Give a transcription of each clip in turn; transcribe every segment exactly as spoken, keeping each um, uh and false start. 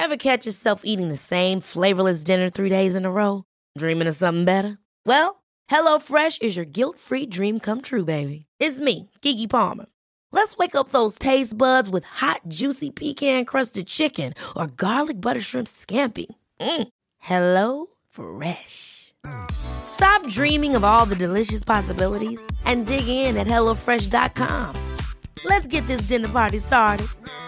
Ever catch yourself eating the same flavorless dinner three days in a row? Dreaming of something better? Well, HelloFresh is your guilt-free dream come true, baby. It's me, Keke Palmer. Let's wake up those taste buds with hot, juicy pecan-crusted chicken or garlic butter shrimp scampi. Mm. Hello Fresh. Stop dreaming of all the delicious possibilities and dig in at hello fresh dot com. Let's get this dinner party started.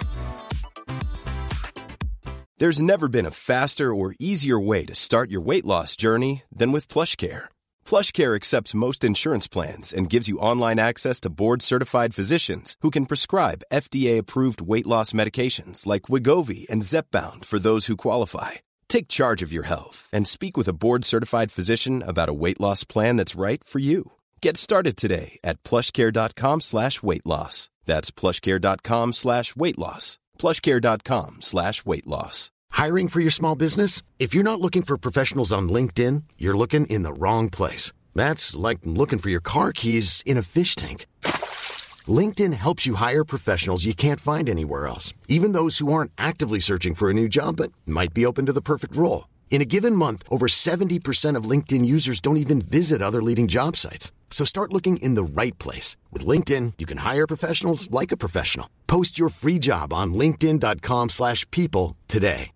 There's never been a faster or easier way to start your weight loss journey than with PlushCare. PlushCare accepts most insurance plans and gives you online access to board-certified physicians who can prescribe F D A-approved weight loss medications like Wegovy and Zepbound for those who qualify. Take charge of your health and speak with a board-certified physician about a weight loss plan that's right for you. Get started today at plushcare.com slash weight loss. That's plushcare.com slash weight loss. plushcare.com slash weight loss. Hiring for your small business? If you're not looking for professionals on LinkedIn, you're looking in the wrong place. That's like looking for your car keys in a fish tank. LinkedIn helps you hire professionals you can't find anywhere else, even those who aren't actively searching for a new job but might be open to the perfect role. In a given month, over seventy percent of LinkedIn users don't even visit other leading job sites. So start looking in the right place. With LinkedIn, you can hire professionals like a professional. Post your free job on linkedin.com slash people today.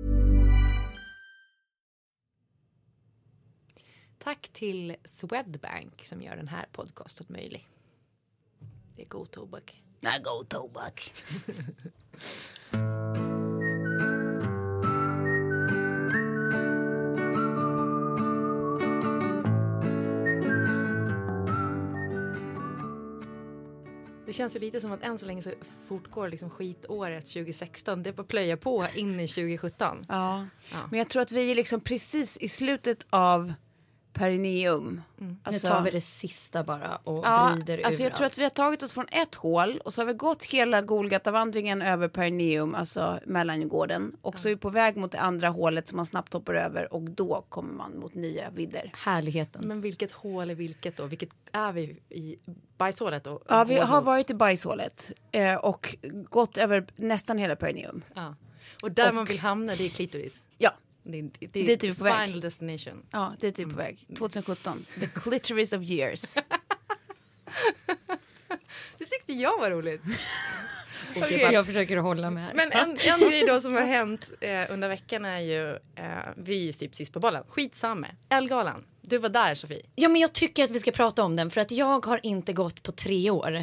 Tack till Swedbank som gör den här podcasten möjlig. Det är god tobak. Nej, god tobak. Det känns ju lite som att än så länge så fortgår liksom skitåret tjugo sexton. Det är på plöja på in i tjugo sjutton. Ja. ja, men jag tror att vi är liksom precis i slutet av perineum. Mm. Alltså, nu tar vi det sista bara och ja, vrider ur alltså jag allt. tror att vi har tagit oss från ett hål och så har vi gått hela Golgatavandringen över perineum, alltså mellangården. Och så är vi på väg mot det andra hålet som man snabbt hoppar över och då kommer man mot nya vidder. Härligheten. Men vilket hål är vilket då? Vilket är vi i bajshålet? Och ja, vi har varit i bajshålet eh, och gått över nästan hela perineum. Ja. Och där och, man vill hamna, det är klitoris. Ja. Det, det, det dit är vi på väg. Final destination. Ja, dit är vi på väg. tjugo sjutton. The clitoris of years. Det tyckte jag var roligt. Okay, okay, jag försöker hålla med här. Men en, en grej då som har hänt eh, under veckan är ju eh, vi är typ sist på bollen. Skitsamma. Elgalan. Du var där, Sofie. Ja, men jag tycker att vi ska prata om den för att jag har inte gått på tre år.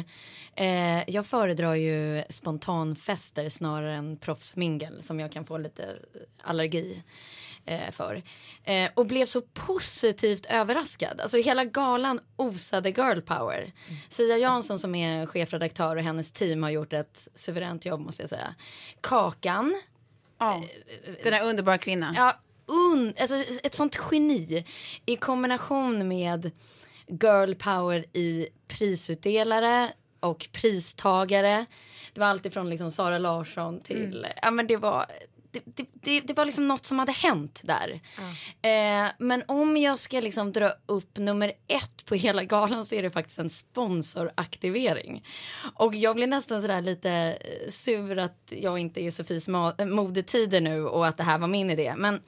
Eh, jag föredrar ju spontanfester snarare än proffsmingel som jag kan få lite allergi eh, för. Eh, och blev så positivt överraskad. Alltså hela galan osade girl power. Mm. Sia Jansson som är chefredaktör och hennes team har gjort ett suveränt jobb måste jag säga. Kakan. Ja, den där underbara kvinnan. Ja. Un, alltså ett sånt geni i kombination med girl power i prisutdelare och pristagare. Det var allt ifrån liksom Sara Larsson till mm. ja men det var det, det, det, det var liksom något som hade hänt där. Mm. Eh, men om jag ska liksom dra upp nummer ett på hela galan så är det faktiskt en sponsoraktivering. Och jag blir nästan sådär lite sur att jag inte är Sofies modetider nu och att det här var min idé. Men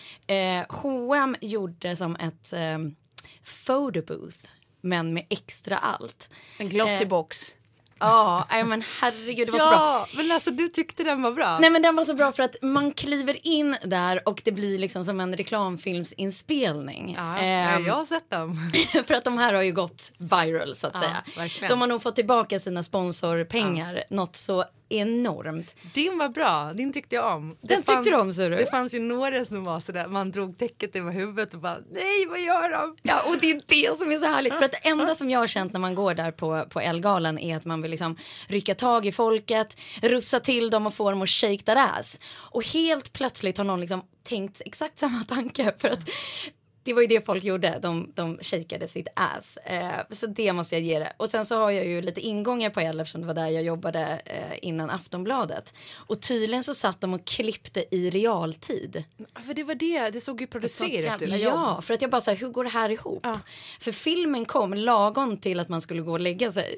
eh, H och M gjorde som ett eh, photo booth men med extra allt. En glossy eh, box. Ja, nej men herregud, det var ja, så bra. Men alltså du tyckte den var bra. Nej men den var så bra för att man kliver in där och det blir liksom som en reklamfilmsinspelning. Ja, um, jag har sett dem. För att de här har ju gått viral så att ja, säga. Verkligen. De har nog fått tillbaka sina sponsorpengar, ja. Något så enormt. Din var bra, din tyckte jag om. Den det fanns, tyckte du om, så du? Det fanns ju några som var sådär, man drog täcket över huvudet och bara, nej vad gör de? Ja, och det är det som är så härligt. För att det enda som jag har känt när man går där på, på Elgalan är att man vill liksom rycka tag i folket, rufsa till dem och få dem att shake their ass. Och helt plötsligt har någon liksom tänkt exakt samma tanke för att det var ju det folk gjorde. De, de shakeade sitt ass. Eh, så det måste jag ge det. Och sen så har jag ju lite ingångar på L eftersom det var där jag jobbade eh, innan Aftonbladet. Och tydligen så satt de och klippte i realtid. För det var det. Det såg ju producerat ut. Ja, för att jag bara så här, hur går det här ihop? Ja. För filmen kom lagom till att man skulle gå och lägga sig.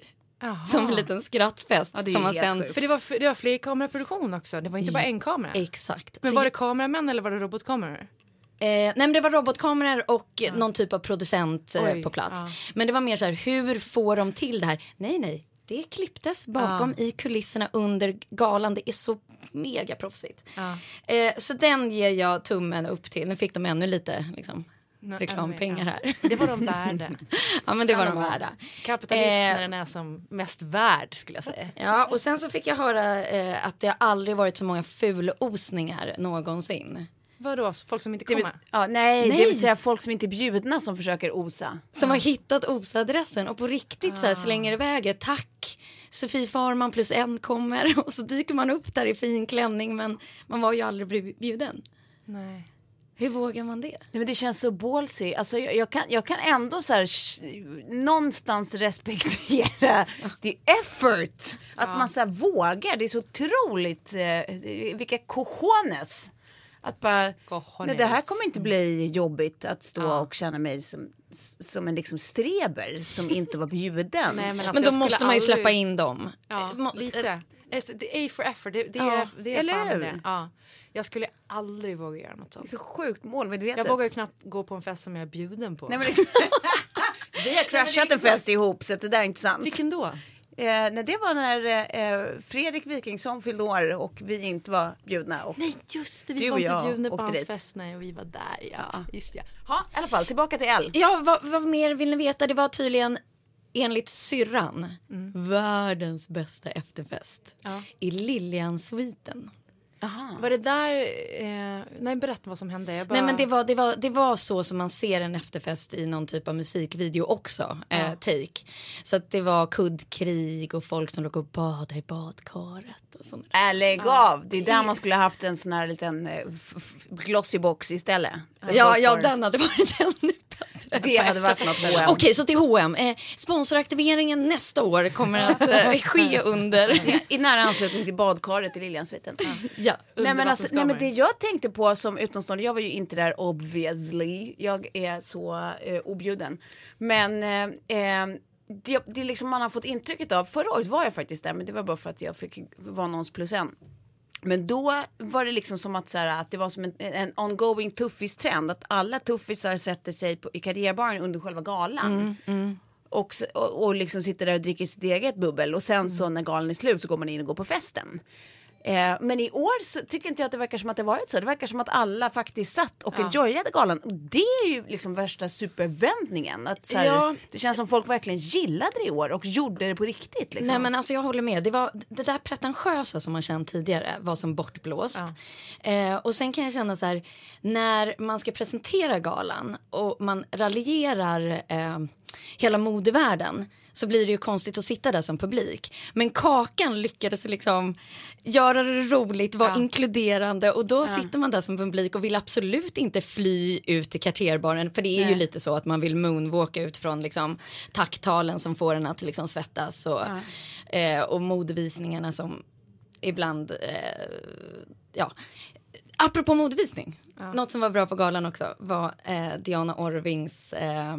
Aha. Som en liten skrattfest. Ja, det är som ju man helt sen... sjukt. För det var, det var fler kameraproduktion också. Det var inte bara en kamera. Exakt. Men Så var jag- det kameramän eller var det robotkameror? Eh, nej men det var robotkameror och ja. någon typ av producent eh, Oj, på plats. ja. Men det var mer så här, hur får de till det här? Nej, nej. Det klipptes bakom Ja. i kulisserna under galan. Det är så mega proffsigt. Ja. Eh, så den ger jag tummen upp till. Nu fick de ännu lite liksom, No, reklampengar här. Det var de värda. Ja, men det var Kan de de ha. värda. Kapitalism Eh, när den är som mest värd skulle jag säga. Ja, och sen så fick jag höra eh, att det har aldrig varit så många fulosningar någonsin. Vadå, folk som inte Det vill, kommer? ja, nej, Nej. det vill säga folk som inte är bjudna som försöker osa. Som har hittat O S A-adressen och på riktigt så här slänger iväg ett tack. Sofie Farman plus en kommer och så dyker man upp där i fin klänning men man var ju aldrig bli- bjuden. Nej. Hur vågar man det? Nej, men det känns så ballsy. Alltså, jag, jag, kan, jag kan ändå så här, sh- någonstans respektera the effort. Att man så här, vågar. Det är så otroligt. Eh, vilka cojones. Att bara, Cojones. nej, det här kommer inte bli jobbigt att stå Ja. och känna mig som, som en liksom streber som inte var bjuden. Nej, men alltså, Men jag då måste skulle man ju aldrig- släppa in dem. Ja, Må- lite. Alltså, det är for effort. Det, det, Ja, är, det är eller fan hur? det. Ja. Jag skulle aldrig våga göra något Det är sånt. så sjukt målmedvetet. Jag vågar ju knappt gå på en fest som jag är bjuden på. Nej, men liksom, vi har crashat en fest ihop så att det där är inte sant. Vilken då? Eh, nej, det var när eh, Fredrik Wikingsson fyllde år och vi inte var bjudna. Och... Nej, just det. Vi Du var och inte jag bjudna på åkte hans dit. fest. Nej, och vi var där. Ja, Ja. just det. Ja, i alla fall, tillbaka till L. Ja, vad, vad mer vill ni veta? Det var tydligen enligt syrran världens bästa efterfest Ja. i Lilian-sviten. Aha. Var det där... Eh, nej, berätta vad som hände. Jag bara... Nej men det var, det, var, det var så som man ser en efterfest i någon typ av musikvideo också, eh, take. Så att det var kuddkrig och folk som låg och badade i badkaret och sånt. Äh, lägg av. Det är där man skulle ha haft en sån här liten eh, f- f- glossy box istället. Ja, ja, den hade varit ännu bättre. Det hade varit något H och M. Okej, så till H och M. Eh, sponsoraktiveringen nästa år kommer att eh, ske under... I nära anslutning till badkaret i Liljansviten. ja. Nej men, alltså, nej men vattenskammare. det jag tänkte på som utomstående, jag var ju inte där obviously, jag är så eh, objuden. Men eh, eh, det, det är liksom man har fått intrycket av, förra året var jag faktiskt där men det var bara för att jag fick vara någons plus en. Men då var det liksom som att, så här, att det var som en, en ongoing tuffis-trend. Att alla tuffisar sätter sig på, i karriärbaren under själva galan. Mm, mm. Och, s- och, och liksom sitter där och dricker sitt eget bubbel. Och sen Mm. så när galan är slut så går man in och går på festen. Eh, men i år så tycker inte jag att det verkar som att det varit så. Det verkar som att alla faktiskt satt och Ja. enjoyade galan. Och det är ju liksom värsta supervändningen. Att så här, Ja. det känns som folk verkligen gillade det i år och gjorde det på riktigt. Liksom. Nej men alltså jag håller med. Det, var, det där pretentiösa som man känt tidigare var som bortblåst. Eh, och sen kan jag känna så här, när man ska presentera galan och man raljerar eh, hela modevärlden så blir det ju konstigt att sitta där som publik. Men Kakan lyckades liksom göra det roligt, vara Ja. inkluderande och då sitter man där som publik och vill absolut inte fly ut till karterbaren för det är ju Nej. lite så att man vill moonwalka ut från liksom tacktalen som får en att liksom svettas och, eh, och modevisningarna som ibland eh, ja. Apropå modevisning, något som var bra på galan också var eh, Diana Orvings eh,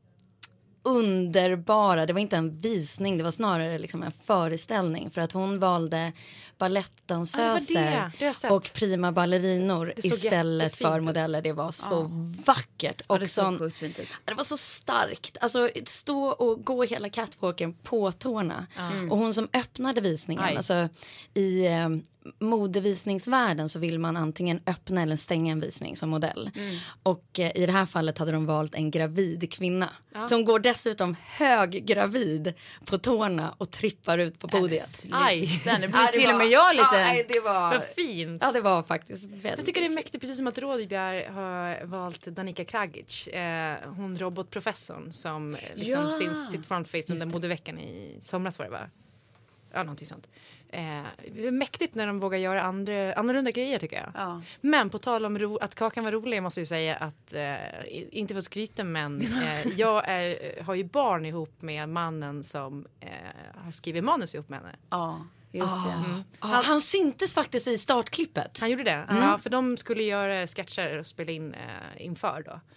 underbara, det var inte en visning, det var snarare liksom en föreställning för att hon valde balettdansöser Ja, det var det. Det har jag sett. och prima ballerinor Det såg istället jättefint för ut. modeller. Det var så vackert. Ja, Och det sån, såg sjukt fint ut. det var så starkt. Alltså stå och gå hela catwalken på tårna. Och hon som öppnade visningen, Aj. alltså i eh, modevisningsvärlden så vill man antingen öppna eller stänga en visning som modell. Och eh, i det här fallet hade de valt en gravid kvinna. Som går dessutom höggravid på tårna och trippar ut på podiet. Aj. Den, det blir Ja, det till och var- med jag lite... Ja, nej, det var... Vad fint. Ja, det var faktiskt väldigt... Jag tycker det är mäktigt, precis som att Rådbjer har valt Danica Kragic, eh, hon robotprofessorn som eh, liksom Ja. sin, sitt frontface under modeveckan i somras var det va? Ja, någonting sånt. Eh, det är mäktigt när de vågar göra andra, annorlunda grejer tycker jag. Ja. Men på tal om ro, att Kakan var rolig måste jag ju säga att, eh, i- inte för att skryta men eh, jag är, har ju barn ihop med mannen som eh, har skrivit manus ihop med henne. Ja, just det. Ja, han syntes faktiskt i startklippet. Han gjorde det? Ja, för de skulle göra sketcher och spela in eh, inför då.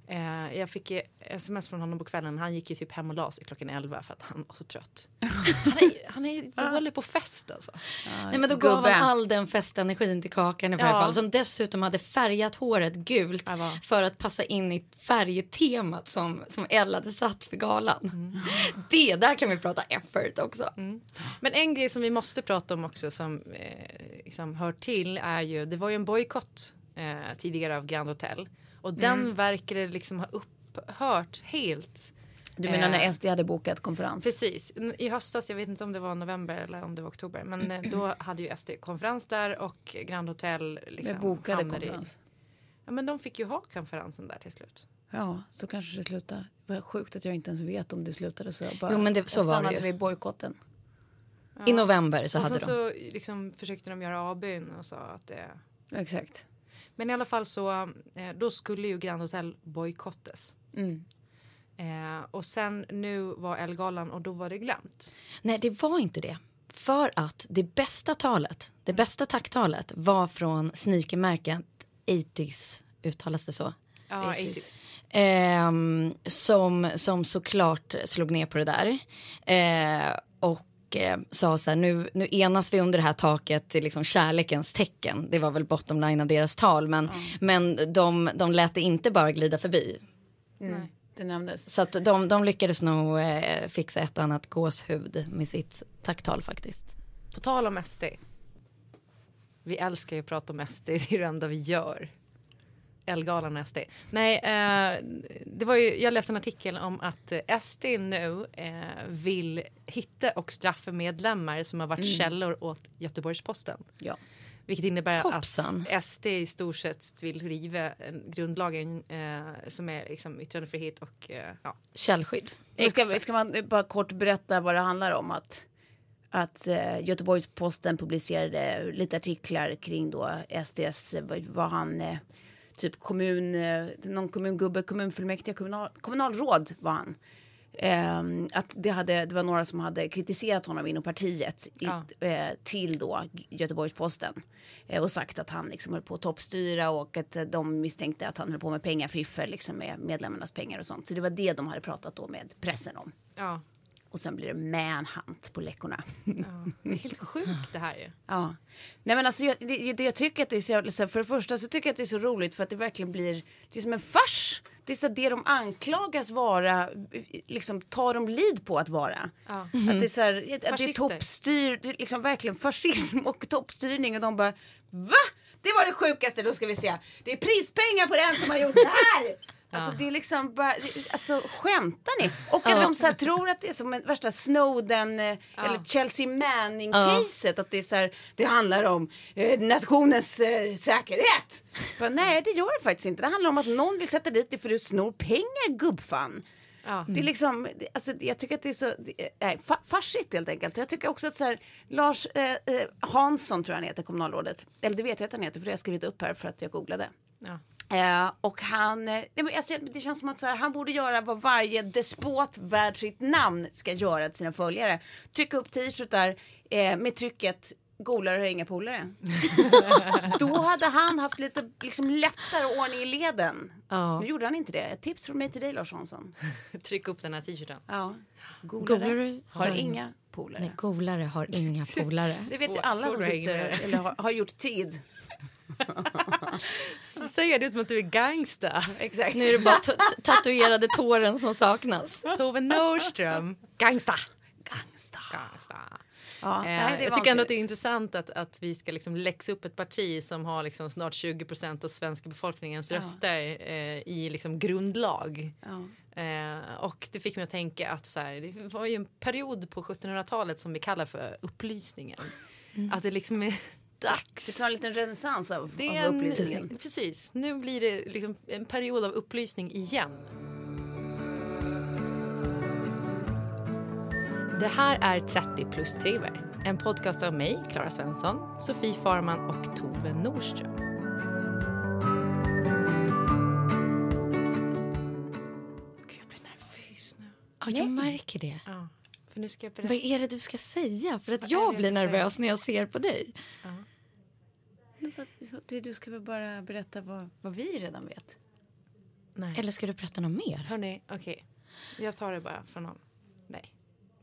Eh, jag fick eh, sms från honom på kvällen. Han gick ju typ hem och la sig klockan elva för att han var så trött. Han är, han är dålig på fest alltså. Ja, nej, men då gav han all den festenergin till Kakan i varje ja. fall. Som dessutom hade färgat håret gult ja, för att passa in i färgtemat som, som Ella hade satt för galan. Mm. Det, där kan vi prata effort också. Mm. Men en grej som vi måste prata om också som eh, liksom hör till är ju, det var ju en bojkott eh, tidigare av Grand Hotel. Och den mm. verkade liksom ha upphört helt. Du menar när S D hade bokat konferens? Precis. I höstas, jag vet inte om det var november eller om det var oktober. Men då hade ju S D konferens där och Grand Hotel liksom det bokade konferens. I, ja, men de fick ju ha konferensen där till slut. Ja, så kanske det slutade. Det var sjukt att jag inte ens vet om det slutade så. Jag bara, jo, men det, så var det ju. Vid bojkotten. Ja. I november så och hade de. Och så liksom försökte de göra avbön och sa att det... Exakt. Men i alla fall så, eh, då skulle ju Grand Hotel bojkottas. Mm. Eh, och sen nu var Ellegalan och då var det glömt. Nej, det var inte det. För att det bästa talet, det bästa tacktalet var från sneakermärket åttio, uttalas det så? Ja, åttio. Eh, som, som såklart slog ner på det där. Eh, och sa så här, nu, nu enas vi under det här taket till liksom kärlekens tecken. Det var väl bottom line av deras tal. Men, mm. men de, de lät det inte bara glida förbi. Mm. Det nämndes. Så att de, de lyckades nog eh, fixa ett annat gåshud med sitt tacktal faktiskt. På tal om S D. Vi älskar ju att prata om S D. Det är det enda vi gör. Ellegalan och S D. Nej, eh, det var ju, jag läste en artikel om att S D nu eh, vill hitta och straffa medlemmar som har varit mm. källor åt Göteborgs-Posten. Ja. Vilket innebär Hoppsan. Att S D i stort sett vill riva grundlagen eh, som är liksom yttrandefrihet och eh, ja. källskydd. Ska, ska man bara kort berätta vad det handlar om? Att, att eh, Göteborgs-Posten publicerade lite artiklar kring då S Ds, vad han... Eh, typ kommun, någon kommungubbe, kommunfullmäktige, kommunal, kommunalråd var han. Eh, att det, hade, det var några som hade kritiserat honom inom partiet i, ja. eh, till då Göteborgs-Posten. Eh, och sagt att han liksom höll på att toppstyra och att de misstänkte att han höll på med pengafiffel liksom med medlemmarnas pengar och sånt. Så det var det de hade pratat då med pressen om. Ja. Och sen blir det manhunt på läckorna. Ja, det är helt sjukt det här ju. Ja. Nej men alltså jag, det, det, jag tycker att det är så jävla, för det första så tycker jag att det är så roligt för att det verkligen blir, det är som en fars. Det är så det de anklagas vara, liksom tar de lid på att vara. Ja. Mm-hmm. Att det är så här, att det är toppstyr, det är liksom verkligen fascism och toppstyrning och de bara, va? Det var det sjukaste, då ska vi se. Det är prispengar på den som har gjort det här. Alltså ja. Det är liksom bara, alltså skämtar ni? Och att ja. de så här tror att det är som en värsta Snowden ja. eller Chelsea Manning-caset. Ja. Att det är så här, det handlar om eh, nationens eh, säkerhet. Men nej, det gör det faktiskt inte. Det handlar om att någon vill sätta dit det för du snor pengar, gubbfan. Ja. Det är liksom, alltså, jag tycker att det är så nej, fa- farsigt helt enkelt. Jag tycker också att så här, Lars eh, eh, Hansson tror jag han heter, kommunalrådet. Eller det vet jag att han heter för det har jag skrivit upp här för att jag googlade. Ja. Eh, och han, eh, alltså, det känns som att så här, han borde göra vad varje despot värd sitt namn ska göra till sina följare. Trycka upp t-shirtar eh, med trycket golare har inga polare. Då hade han haft lite liksom, lättare ordning i leden. Oh. Nu gjorde han inte det. Ett tips från mig till dig, Lars Hansson. Tryck upp den här t-shirten. Ja. Golare, golare har så... inga polare. Nej, golare har inga polare. Det vet ju alla som sitter eller har, har gjort tid. Säger du som att du är gangsta. Exakt. Nu är det bara t- tatuerade tåren som saknas. Tove Nordström. Gangsta. Gangsta. Gangsta. Ja, eh, nej, jag tycker ändå att det är intressant att, att vi ska liksom läxa upp ett parti som har liksom snart tjugo procent av svenska befolkningens ja. röster eh, i liksom grundlag. Ja. Eh, och det fick mig att tänka att så här, det var ju en period på sjuttonhundratalet som vi kallar för upplysningen. Mm. Att det liksom är dags. Det tar en liten renässans av, det är av upplysningen. En, precis. Nu blir det liksom en period av upplysning igen. Det här är trettio plus triver. En podcast av mig, Clara Svensson, Sofie Farman och Tove Nordström. Gud, jag blir nervös nu. Ja, jag märker det. Ja, för nu ska jag berätta. Vad är det du ska säga? För att jag blir nervös när jag ser på dig. Ja. Du ska väl bara berätta vad, vad vi redan vet. Nej. Eller ska du berätta något mer? Hörrni, okej. Okay. Jag tar det bara från någon. Nej.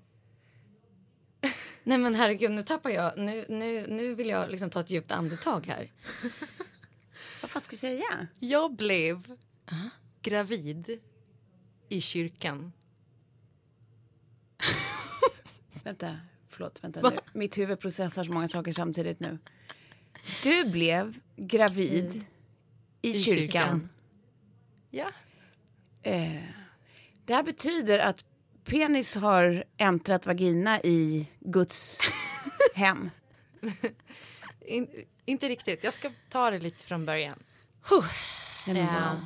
Nej men herregud, nu tappar jag. Nu, nu, nu vill jag liksom ta ett djupt andetag här. Vad fan ska vi säga? Jag blev uh-huh. gravid i kyrkan. Vänta, förlåt, vänta nu. Mitt huvud processar så många saker samtidigt nu. Du blev gravid mm. i, I kyrkan. kyrkan. Ja. Eh, det här betyder att penis har äntrat vagina i Guds hem. In, inte riktigt. Jag ska ta det lite från början. Huh. Nej, eh,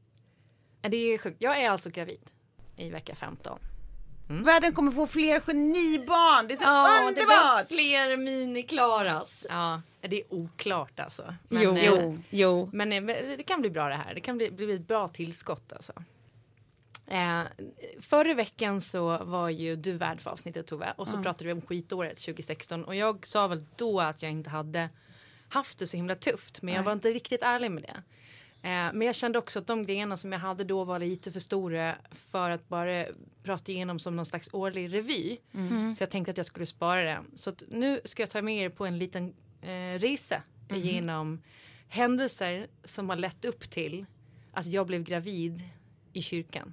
det är sjukt. Jag är alltså gravid i vecka femton. Mm. Världen kommer få fler genibarn. Det är så ja, underbart. Det behövs fler mini-Klaras. Ja, det är oklart alltså. Men, jo, eh, jo, jo. Men eh, det kan bli bra det här. Det kan bli, bli ett bra tillskott alltså. Eh, förra veckan så var ju du värd för avsnittet, Tove. Och så mm. pratade vi om skitåret tjugo sexton. Och jag sa väl då att jag inte hade haft det så himla tufft. Men jag var inte riktigt ärlig med det. Eh, men jag kände också att de grejerna som jag hade då var lite för stora för att bara prata igenom som någon slags årlig revy. Mm. Så jag tänkte att jag skulle spara det. Så att nu ska jag ta med er på en liten eh, resa mm. genom händelser som har lett upp till att jag blev gravid i kyrkan.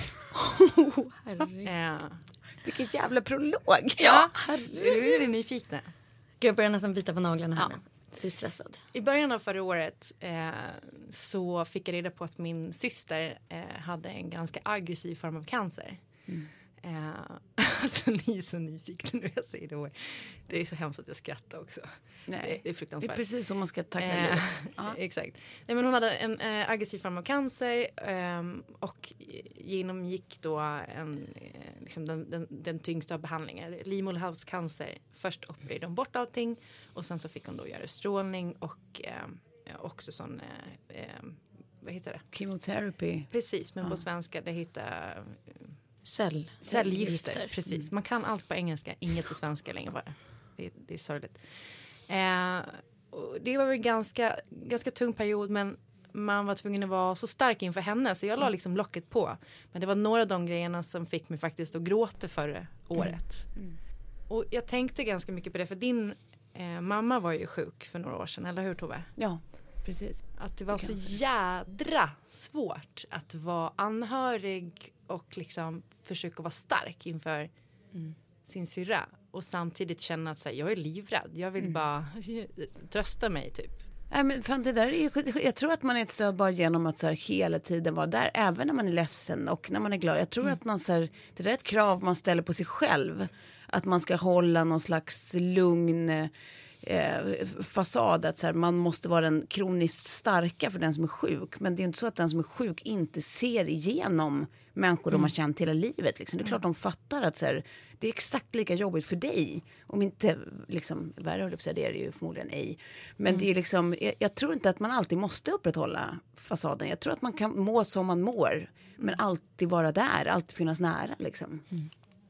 Oh, herre. Eh. Vilket jävla prolog. Ja, herre. Är ni nyfikna? Jag börjar nästan bita på naglarna här ja. nu. Jag är stressad. I början av förra året eh, så fick jag reda på att min syster eh, hade en ganska aggressiv form av cancer. Mm. Eh, alltså ni är så nyfikna när jag säger det. Det är så hemskt att jag skrattar också. Nej, det är fruktansvärt. Det är precis som man ska tackla eh, livet. Exakt. Nej, men hon hade en eh, aggressiv form av cancer eh, och genomgick då en, eh, liksom den, den, den tyngsta av behandlingar. Livmoderhalscancer. Först opererade de bort allting och sen så fick hon då göra strålning och eh, också sån eh, eh, vad heter det? Chemotherapy. Precis, men ja. på svenska det heter eh, Cell. cellgifter. Precis. Mm. Man kan allt på engelska, inget på svenska längre bara. Det, det är sorgligt. Eh, och det var väl ganska ganska tung period, men man var tvungen att vara så stark inför henne så jag la liksom locket på. Men det var några av de grejerna som fick mig faktiskt att gråta förra året. Mm. Mm. Och jag tänkte ganska mycket på det, för din eh, mamma var ju sjuk för några år sedan, eller hur Tove? Ja, precis. Att det var det så jädra svårt att vara anhörig och liksom försöka vara stark inför mm. sin syrra. Och samtidigt känna att så här, jag är livrädd. Jag vill mm. bara trösta mig typ. Nej, men fan, det där är ju, jag tror att man är ett stöd bara genom att så här, hela tiden vara där. Även när man är ledsen och när man är glad. Jag tror mm. att man så här, det där är ett krav man ställer på sig själv. Att man ska hålla någon slags lugn eh, fasad. Att så här, man måste vara den kroniskt starka för den som är sjuk. Men det är inte så att den som är sjuk inte ser igenom människor mm. de har känt hela livet. Liksom. Det är klart de fattar att så här, det är exakt lika jobbigt för dig. Om inte liksom, värre höll upp sig, det är det ju förmodligen ej. Men mm. det är liksom, jag, jag tror inte att man alltid måste upprätthålla fasaden. Jag tror att man kan må som man mår. Mm. Men alltid vara där, alltid finnas nära liksom. Mm.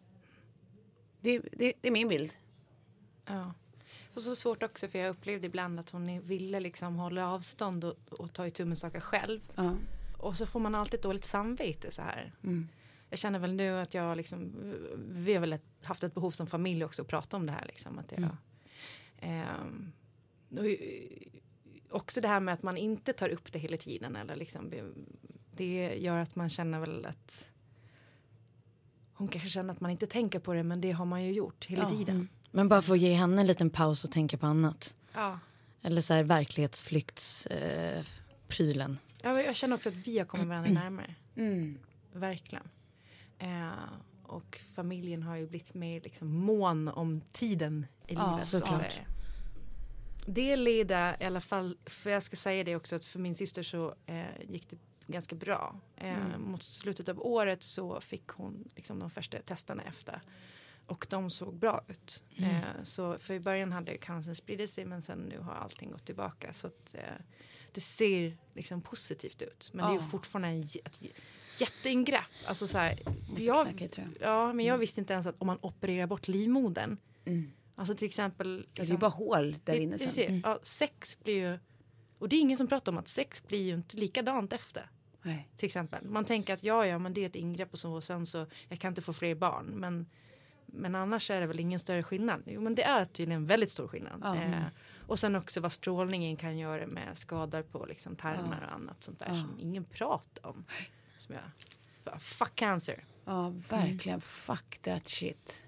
Det, det, det är min bild. Ja. Så, så svårt också, för jag upplevde ibland att hon ville liksom hålla avstånd och, och ta itu med saker själv. Ja. Och så får man alltid dåligt samvete så här. Mm. Jag känner väl nu att jag liksom, vi har väl ett, haft ett behov som familj också att prata om det här liksom. Att jag, mm. eh, och, också det här med att man inte tar upp det hela tiden eller liksom, det gör att man känner väl att hon kanske känner att man inte tänker på det, men det har man ju gjort hela ja. tiden. Mm. Men bara för att ge henne en liten paus och tänka på annat. Ja. Eller så här verklighetsflyktsprylen. Eh, ja, jag känner också att vi har kommit varandra närmare. Mm. Verkligen. Eh, och familjen har ju blivit mer liksom mån om tiden i ja, livet. Såklart. Så det leder i alla fall, för jag ska säga det också, att för min syster så eh, gick det ganska bra. Eh, mm. Mot slutet av året så fick hon liksom de första testerna efter. Och de såg bra ut. Mm. Eh, så för i början hade cancern spridit sig, men sen nu har allting gått tillbaka. Så att eh, det ser liksom positivt ut. Men oh. det är ju fortfarande en, ett jätteingrepp. Alltså så här, jag, knäcka, tror jag. Ja, men jag visste inte ens att om man opererar bort livmodern. Mm. Alltså till exempel. Liksom, det är ju bara hål där inne sen. Mm. Ja, sex blir ju, och det är ingen som pratar om att sex blir ju inte likadant efter. Nej. Till exempel. Man tänker att ja, ja, men det är ett ingrepp och så, och sen så jag kan inte få fler barn. Men, men annars är det väl ingen större skillnad. Jo, men det är tydligen en väldigt stor skillnad. Mm. Eh, och sen också vad strålningen kan göra med skador på liksom tarmar ja. och annat sånt där ja. som ingen pratar om. Som jag, bara, fuck cancer. Ja, verkligen. Mm. Fuck that shit.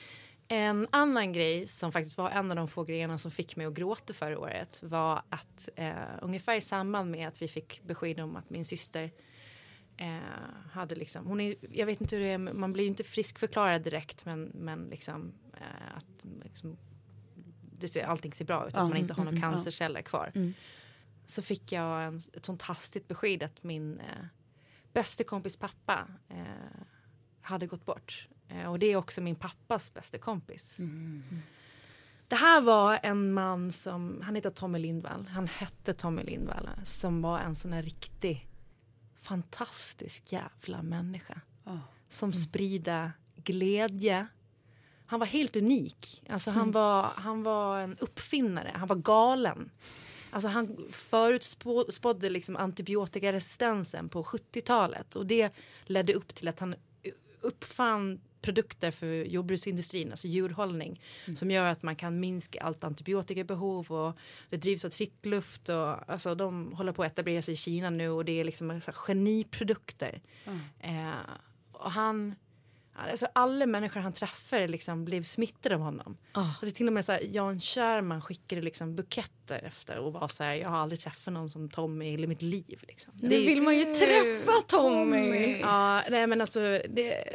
En annan grej som faktiskt var en av de få grejerna som fick mig att gråta förra året var att eh, ungefär i samband med att vi fick besked om att min syster eh, hade liksom, hon är, jag vet inte hur det är, man blir ju inte friskförklarad direkt men, men liksom eh, att liksom, det ser, allting ser bra ut, att mm, man inte har några mm, cancerceller kvar. Mm. Så fick jag en, ett sånt hastigt besked att min eh, bästa kompis pappa eh, hade gått bort. Och det är också min pappas bästa kompis. Mm. Det här var en man som, han heter Tommy Lindvall. Han hette Tommy Lindvall. Som var en sån här riktig, fantastisk jävla människa. Oh. Som mm. sprida glädje. Han var helt unik. Alltså mm. han, var, han var en uppfinnare. Han var galen. Alltså han förutspådde liksom antibiotikaresistensen på sjuttiotalet. Och det ledde upp till att han uppfann produkter för jordbruksindustrin, alltså djurhållning, mm. som gör att man kan minska allt antibiotikabehov och det drivs av tryckluft och alltså de håller på att etablera sig i Kina nu och det är liksom så här, geniprodukter. Mm. Eh, och han, alltså alla människor han träffade liksom blev smittade av honom. Oh. Alltså till och med så här, Jan Kärman skickade liksom buketter efter och var så här, jag har aldrig träffat någon som Tommy i mitt liv. Liksom. Nu det vill man ju träffa Tommy. Tommy. Ja, nej men alltså det,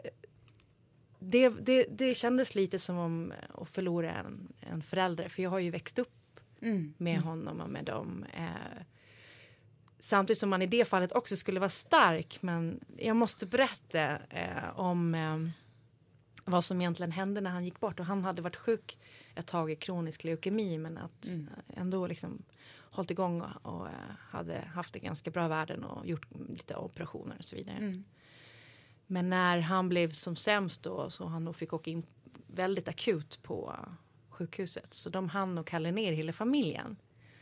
det, det, det kändes lite som om att förlora en, en förälder. För jag har ju växt upp mm. med mm. honom och med dem. Eh, samtidigt som man i det fallet också skulle vara stark. Men jag måste berätta eh, om eh, vad som egentligen hände när han gick bort. Och han hade varit sjuk ett tag i kronisk leukemi. Men att mm. ändå liksom hållit igång och, och hade haft det ganska bra värden. Och gjort lite operationer och så vidare. Mm. Men när han blev som sämst då så han nog fick åka in väldigt akut på sjukhuset. Så de hann och kallade ner hela familjen.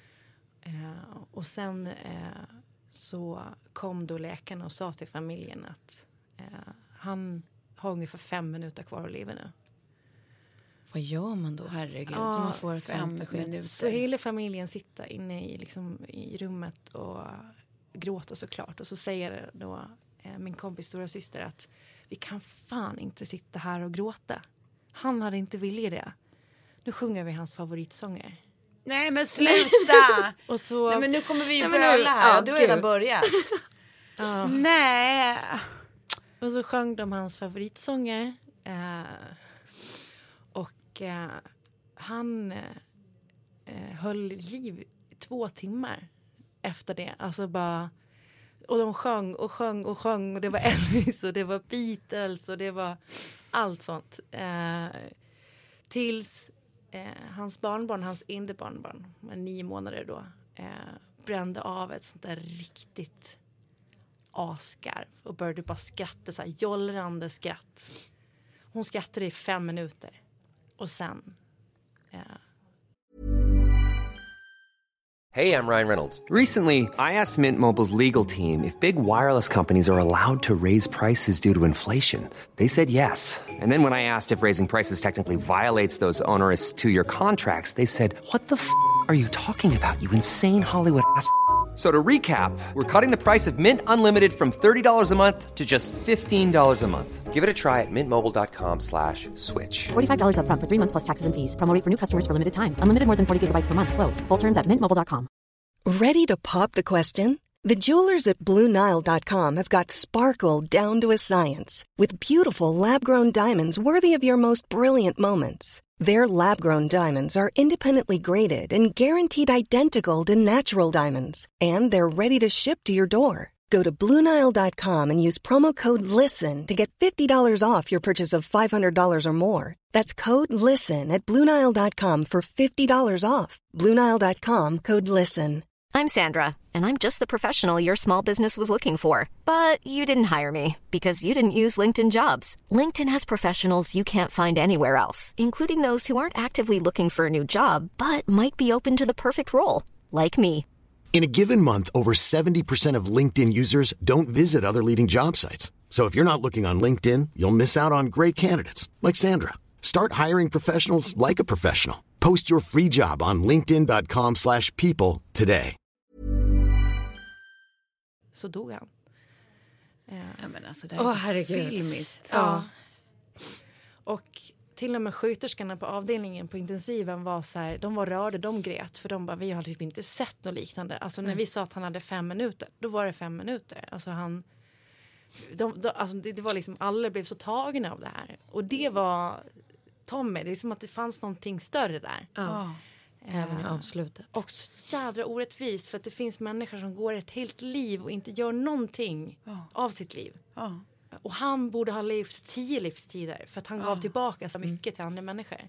Eh, och sen eh, så kom då läkarna och sa till familjen att eh, han har ungefär fem minuter kvar att leva nu. Vad gör man då? Herregud, ja, man får ett sånt besked. Så hela familjen sitter inne i, liksom, i rummet och gråter såklart. Och så säger då eh, min kompis stora syster att vi kan fan inte sitta här och gråta. Han hade inte vilja det. Nu sjunger vi hans favoritsånger. Nej men sluta! Och så, nej men nu kommer vi ju börja här. Ja, du har redan börjat. Ja. Nej. Och så sjöng de hans favoritsånger. Eh, och eh, han eh, höll liv i två timmar efter det. Alltså bara... Och de sjöng och sjöng och sjöng. Och det var Elvis och det var Beatles och det var allt sånt. Eh, tills... Eh, hans barnbarn, hans enda barnbarn, nio månader då, eh, brände av ett sånt där riktigt asgarv och började bara skratta, så här jollrande skratt. Hon skrattade i fem minuter och sen... Eh... Hey, I'm Ryan Reynolds. Recently, I asked Mint Mobile's legal team if big wireless companies are allowed to raise prices due to inflation. They said yes. And then when I asked if raising prices technically violates those onerous two-year contracts, they said, what the f*** are you talking about, you insane Hollywood ass f- So to recap, we're cutting the price of Mint Unlimited from thirty dollars a month to just fifteen dollars a month. Give it a try at mintmobile.com slash switch. forty-five dollars up front for three months plus taxes and fees. Promo rate for new customers for limited time. Unlimited more than forty gigabytes per month. Slows full terms at mint mobile dot com. Ready to pop the question? The jewelers at Blue Nile dot com have got sparkle down to a science with beautiful lab-grown diamonds worthy of your most brilliant moments. Their lab-grown diamonds are independently graded and guaranteed identical to natural diamonds. And they're ready to ship to your door. Go to Blue Nile dot com and use promo code LISTEN to get fifty dollars off your purchase of five hundred dollars or more. That's code LISTEN at Blue Nile dot com for fifty dollars off. Blue Nile dot com, code LISTEN. I'm Sandra, and I'm just the professional your small business was looking for. But you didn't hire me because you didn't use LinkedIn Jobs. LinkedIn has professionals you can't find anywhere else, including those who aren't actively looking for a new job, but might be open to the perfect role, like me. In a given month, over seventy percent of LinkedIn users don't visit other leading job sites. So if you're not looking on LinkedIn, you'll miss out on great candidates like Sandra. Start hiring professionals like a professional. Post your free job on linkedin dot com slash people today. Så dog han. Ja, men alltså det är Åh, så herregud. filmiskt. Ja. Och till och med sköterskorna på avdelningen på intensiven var så här, de var rörda, de grät. För de bara, vi har typ inte sett något liknande. Alltså när vi sa att han hade fem minuter, då var det fem minuter. Alltså han, de, de, alltså det, det var liksom, alla blev så tagna av det här. Och det var Tommy, det är som att det fanns någonting större där. Ja. Även i avslutet. Och så jädra orättvis, för att det finns människor som går ett helt liv och inte gör någonting Ja. av sitt liv. Ja. Och han borde ha levt tio livstider för att han gav tillbaka så mycket till andra människor.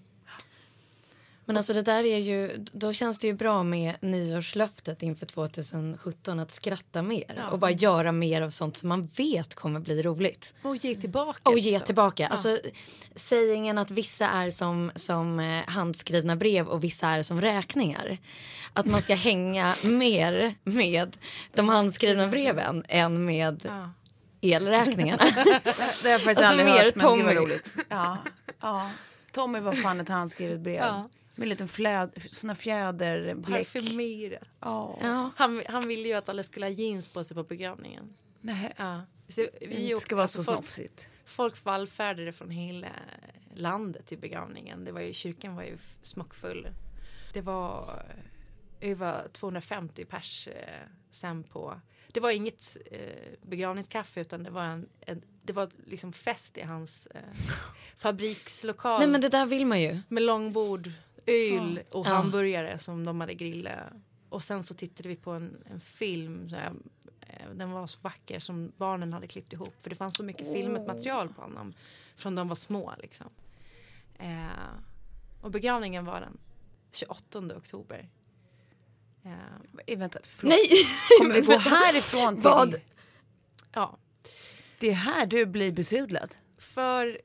Men alltså det där är ju, då känns det ju bra med nyårslöftet inför tjugohundrasjutton att skratta mer. Ja. Och bara göra mer av sånt som man vet kommer bli roligt. Och ge tillbaka. Och ge liksom. tillbaka. Ja. Alltså sägningen att vissa är som, som eh, handskrivna brev och vissa är som räkningar. Att man ska hänga mer med de handskrivna breven än med Ja. Det elräkningarna. har jag faktiskt Alltså, aldrig mer hört, men Tommy. det var roligt. Ja, ja. Tommy var fan ett handskrivet brev. Ja. Med en liten fläd, såna fjäderbläck. Parfymerat. Ja. Ja. Han, han ville ju att alla skulle ha jeans på sig på begravningen. Nej, Ja. Så vi det gjorde- ska vara alltså så folk, snofsigt. folk vallfärdade från hela landet till begravningen. Det var ju, kyrkan var ju f- smockfull. Det var över tvåhundrafemtio pers eh, sen på. Det var inget eh, begravningskaffe, utan det var en, en det var liksom fest i hans eh, fabrikslokal. Nej men det där vill man ju. Med långbord, öl och Ja. hamburgare som de hade grillat. Och sen så tittade vi på en, en film. Så här, eh, den var så vacker, som barnen hade klippt ihop. För det fanns så mycket filmat material på honom. Från de var små liksom. Eh, och begravningen var den tjugoåttonde oktober. Eh, Eh, vänta, förlåt. Nej! Kommer vi gå härifrån till... Vad? ja, Det är här du blir besudlad. för...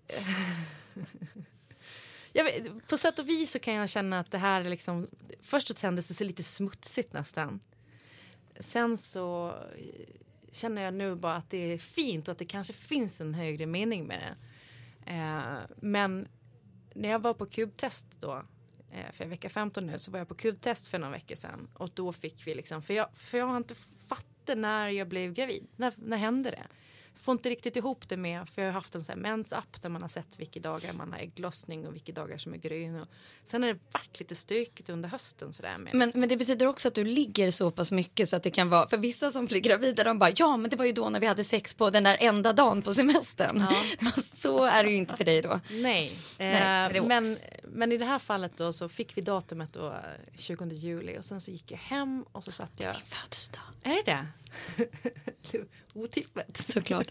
Jag vet, på sätt och vis så kan jag känna att det här är liksom... Först så kändes det så lite smutsigt nästan. Sen så eh, känner jag nu bara att det är fint och att det kanske finns en högre mening med det. Eh, men när jag var på kubtest då, eh, för vecka femton nu, så var jag på kubtest för några veckor sedan. Och då fick vi liksom... För jag, för jag har inte fattat när jag blev gravid. När, när hände det? Får inte riktigt ihop det med, för jag har haft en sån här mensapp där man har sett vilka dagar man har ägglossning och vilka dagar som är grön. Och sen har det varit lite stökigt under hösten sådär med. Men, men det betyder också att du ligger så pass mycket så att det kan vara, för vissa som blir gravida, de bara, ja men det var ju då när vi hade sex på den där enda dagen på semestern. Ja. Så är det ju inte för dig då. Nej, Nej, eh, det är men, också. men i det här fallet då så fick vi datumet då tjugonde juli och sen så gick jag hem och så satt jag... Min födelsedag. Är det det? Otippat. Såklart.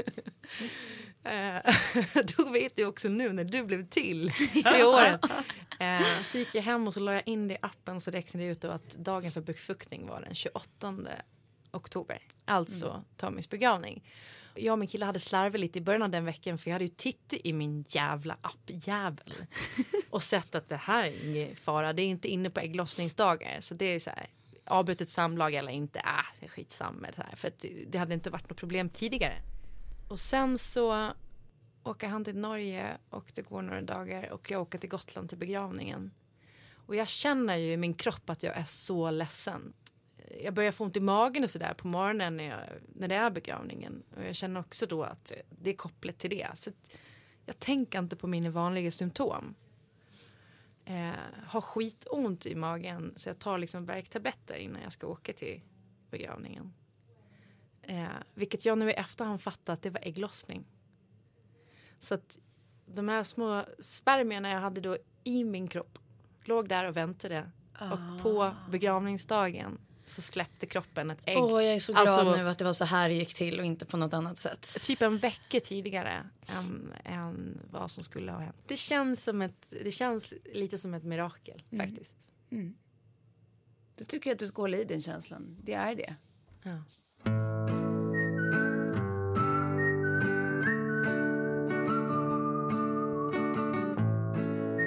Eh, då vet jag också nu när du blev till i året. Eh, så gick jag hem och så la jag in det i appen, så räknade jag ut då att dagen för befruktning var den tjugoåttonde oktober. Alltså mm. Tommys begravning. Jag och min kille hade slarvat lite i början av den veckan, för jag hade ju tittat i min jävla appjävel och sett att det här är ingen fara. Det är inte inne på ägglossningsdagar, så det är så här, avbrutet samlag eller inte, äh, det är skitsamma det här, för att det, det hade inte varit något problem tidigare. Och sen så åker han till Norge och det går några dagar och jag åker till Gotland till begravningen. Och jag känner ju i min kropp att jag är så ledsen. Jag börjar få ont i magen och sådär på morgonen när, jag, när det är begravningen. Och jag känner också då att det är kopplat till det. Så jag tänker inte på mina vanliga symptom. Eh, har skitont i magen, så jag tar liksom värktabletter innan jag ska åka till begravningen. Eh, vilket jag nu i efterhand fattar att det var ägglossning. Så att de här små spermierna jag hade då i min kropp låg där och väntade. Ah. Och på begravningsdagen så släppte kroppen ett ägg. Åh, jag är så glad alltså, nu att det var så här det gick till och inte på något annat sätt. Typ en vecka tidigare än, än vad som skulle ha hänt. Det känns, som ett, det känns lite som ett mirakel, mm. faktiskt. Mm. Då tycker jag att du ska hålla i den känslan. Det är det. Ja.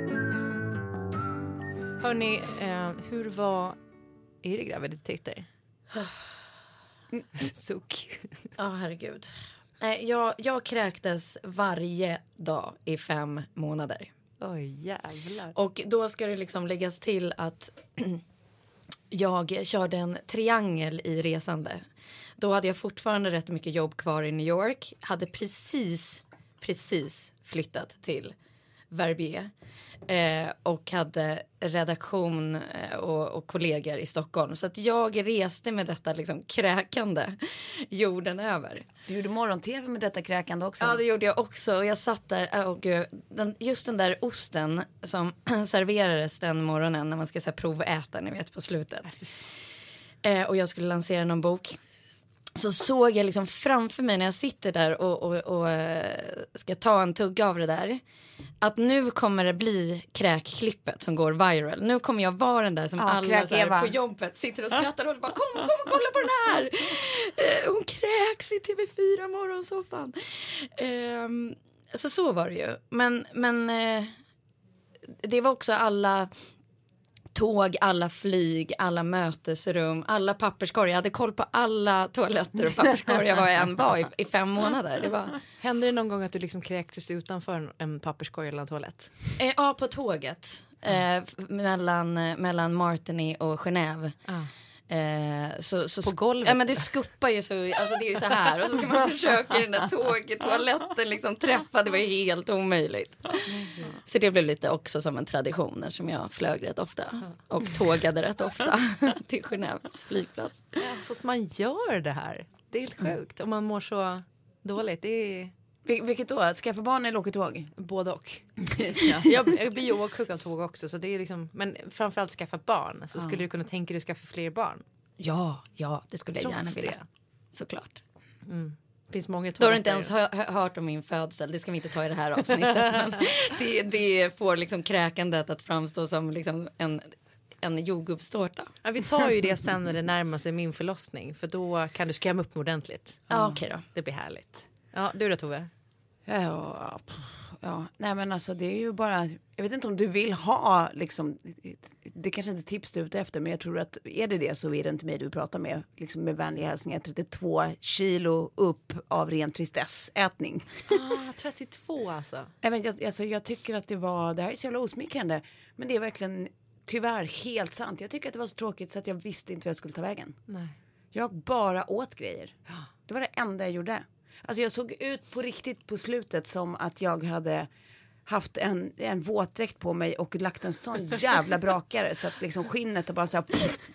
Hörrni, eh, hur var era graviditeter? Suck. Ja, oh, herregud. Nej, jag, jag kräktes varje dag i fem månader. Oj, jävlar. Och då ska det liksom läggas till att jag körde en triangel i resande. Då hade jag fortfarande rätt mycket jobb kvar i New York. Hade precis, precis flyttat till Verbier. Eh, och hade redaktion eh, och, och kollegor i Stockholm. Så att jag reste med detta liksom kräkande jorden över. Du gjorde morgon-tv med detta kräkande också. Ja, det gjorde jag också. Och jag satt där och den, just den där osten som serverades den morgonen när man ska så här, proväta, ni vet, på slutet. Eh, och jag skulle lansera någon bok. Så såg jag liksom framför mig när jag sitter där och, och, och ska ta en tugga av det där. Att nu kommer det bli kräkklippet som går viral. Nu kommer jag vara den där som ja, alla så här, på jobbet sitter och skrattar och bara kom, kom och kolla på den här. Eh, hon kräks i T V fyra morgonsoffan. Eh, så så var det ju. Men, men eh, det var också alla tåg, alla flyg, alla mötesrum, alla papperskorgar. Jag hade koll på alla toaletter och papperskorgar var jag än var i, i fem månader. Det var... Hände det någon gång att du liksom kräktes utanför en, en papperskorg eller en toalett? Eh, ja, på tåget. Eh, mellan, mellan Martigny och Genève. Ah. Eh, så, så, på golvet? Ja, men det skuppar ju så, alltså det är ju så här. Och så ska man försöka i den där tåg, toaletten liksom träffa, det var ju helt omöjligt. Så det blev lite också som en tradition som jag flög rätt ofta. Och tågade rätt ofta till Genèves flygplats. Ja, så att man gör det här. Det är helt sjukt om man mår så dåligt. Det är... Vil- vilket då? Skaffa barn eller åka tåg? Både och. Ja. jag, jag blir ju åksjuk av tåg också. Så det är liksom, men framförallt skaffa barn. Så ja. Skulle du kunna tänka dig att skaffa fler barn? Ja, ja, det skulle jag Trots gärna vilja. Det. Såklart. Mm. Finns många Då har du inte ens hö- hört om min födsel. Det ska vi inte ta i det här avsnittet. Men det, det får liksom kräkandet att framstå som liksom en... en jordgubbstårta. Ja, vi tar ju det sen när det närmar sig min förlossning. För då kan du skrämma upp mig ordentligt. Ja, okej då. Det blir härligt. Ja, du då Tove? Ja, ja, nej men alltså det är ju bara, jag vet inte om du vill ha liksom, det kanske inte är tips du är ute efter, men jag tror att är det det så är det inte mig du pratar med, liksom med vänliga hälsningar, trettiotvå kilo upp av ren tristessätning. Ah, trettiotvå alltså. Jag, vet, jag, alltså. Jag tycker att det var, det här är så jävla osmickrande, men det är verkligen tyvärr helt sant. Jag tycker att det var så tråkigt så att jag visste inte vad jag skulle ta vägen. Nej. Jag bara åt grejer. Det var det enda jag gjorde. Alltså jag såg ut på riktigt på slutet som att jag hade haft en, en våtdräkt på mig och lagt en sån jävla brakare så att liksom skinnet är bara så här,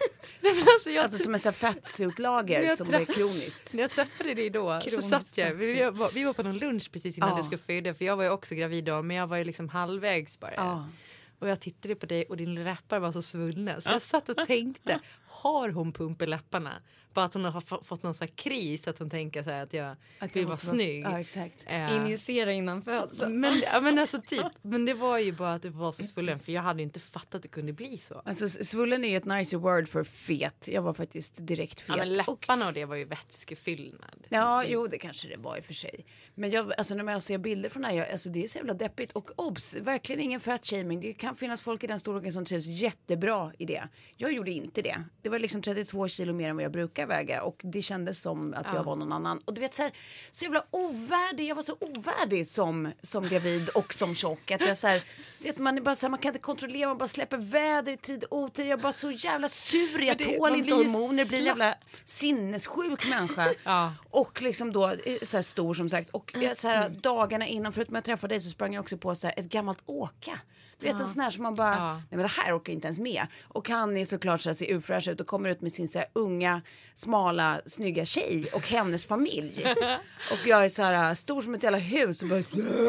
alltså, jag, alltså som en sån här fettsuitlager som träff- är kroniskt. När jag träffade dig då kroniskt så satt jag, vi var, vi var på någon lunch precis innan ja. Du skulle föda, för jag var ju också gravid då, men jag var ju liksom halvvägs bara. Ja. Och jag tittade på dig och din läppar var så svullna. Så jag satt och tänkte, har hon pump i läpparna? Bara att hon har f- fått någon sån här kris att hon tänker så här att jag att vill vara snygg. Ja, exakt. Uh, Injicera innan födseln. Men, ja, men alltså typ, men det var ju bara att du var så svullen, för jag hade ju inte fattat att det kunde bli så. Alltså svullen är ju ett nice word för fet. Jag var faktiskt direkt fet. Ja, men läpparna och det var ju vätskefyllnad. Ja, jo det kanske det var i och för sig. Men jag, alltså när jag ser bilder från det här, jag, alltså det är så jävla deppigt. Och obs, verkligen ingen fat-shaming. Det kan finnas folk i den storleken som trivs jättebra i det. Jag gjorde inte det. Det var liksom trettiotvå kilo mer än vad jag brukar väga. Och det kändes som att ja. Jag var någon annan. Och du vet så här, så jävla ovärdig. Jag var så ovärdig som, som gravid och som tjock. Att jag så här, du vet, man är bara så här, man kan inte kontrollera, man bara släpper väder i tid och otid. Jag är bara så jävla sur. Jag det, tål inte hormoner, blir en jävla sinnessjuk människa. Ja. Och liksom då så här stor som sagt. Och jag, så här, dagarna innan, förutom att jag träffade dig så sprang jag också på så här, ett gammalt åka. Du vet ja. En sån här som man bara, ja. Nej men det här orkar inte ens med. Och han är såklart så här, ser ufräsch ut och kommer ut med sin så här unga, smala, snygga tjej och hennes familj. Och jag är så här stor som ett jävla hus och bara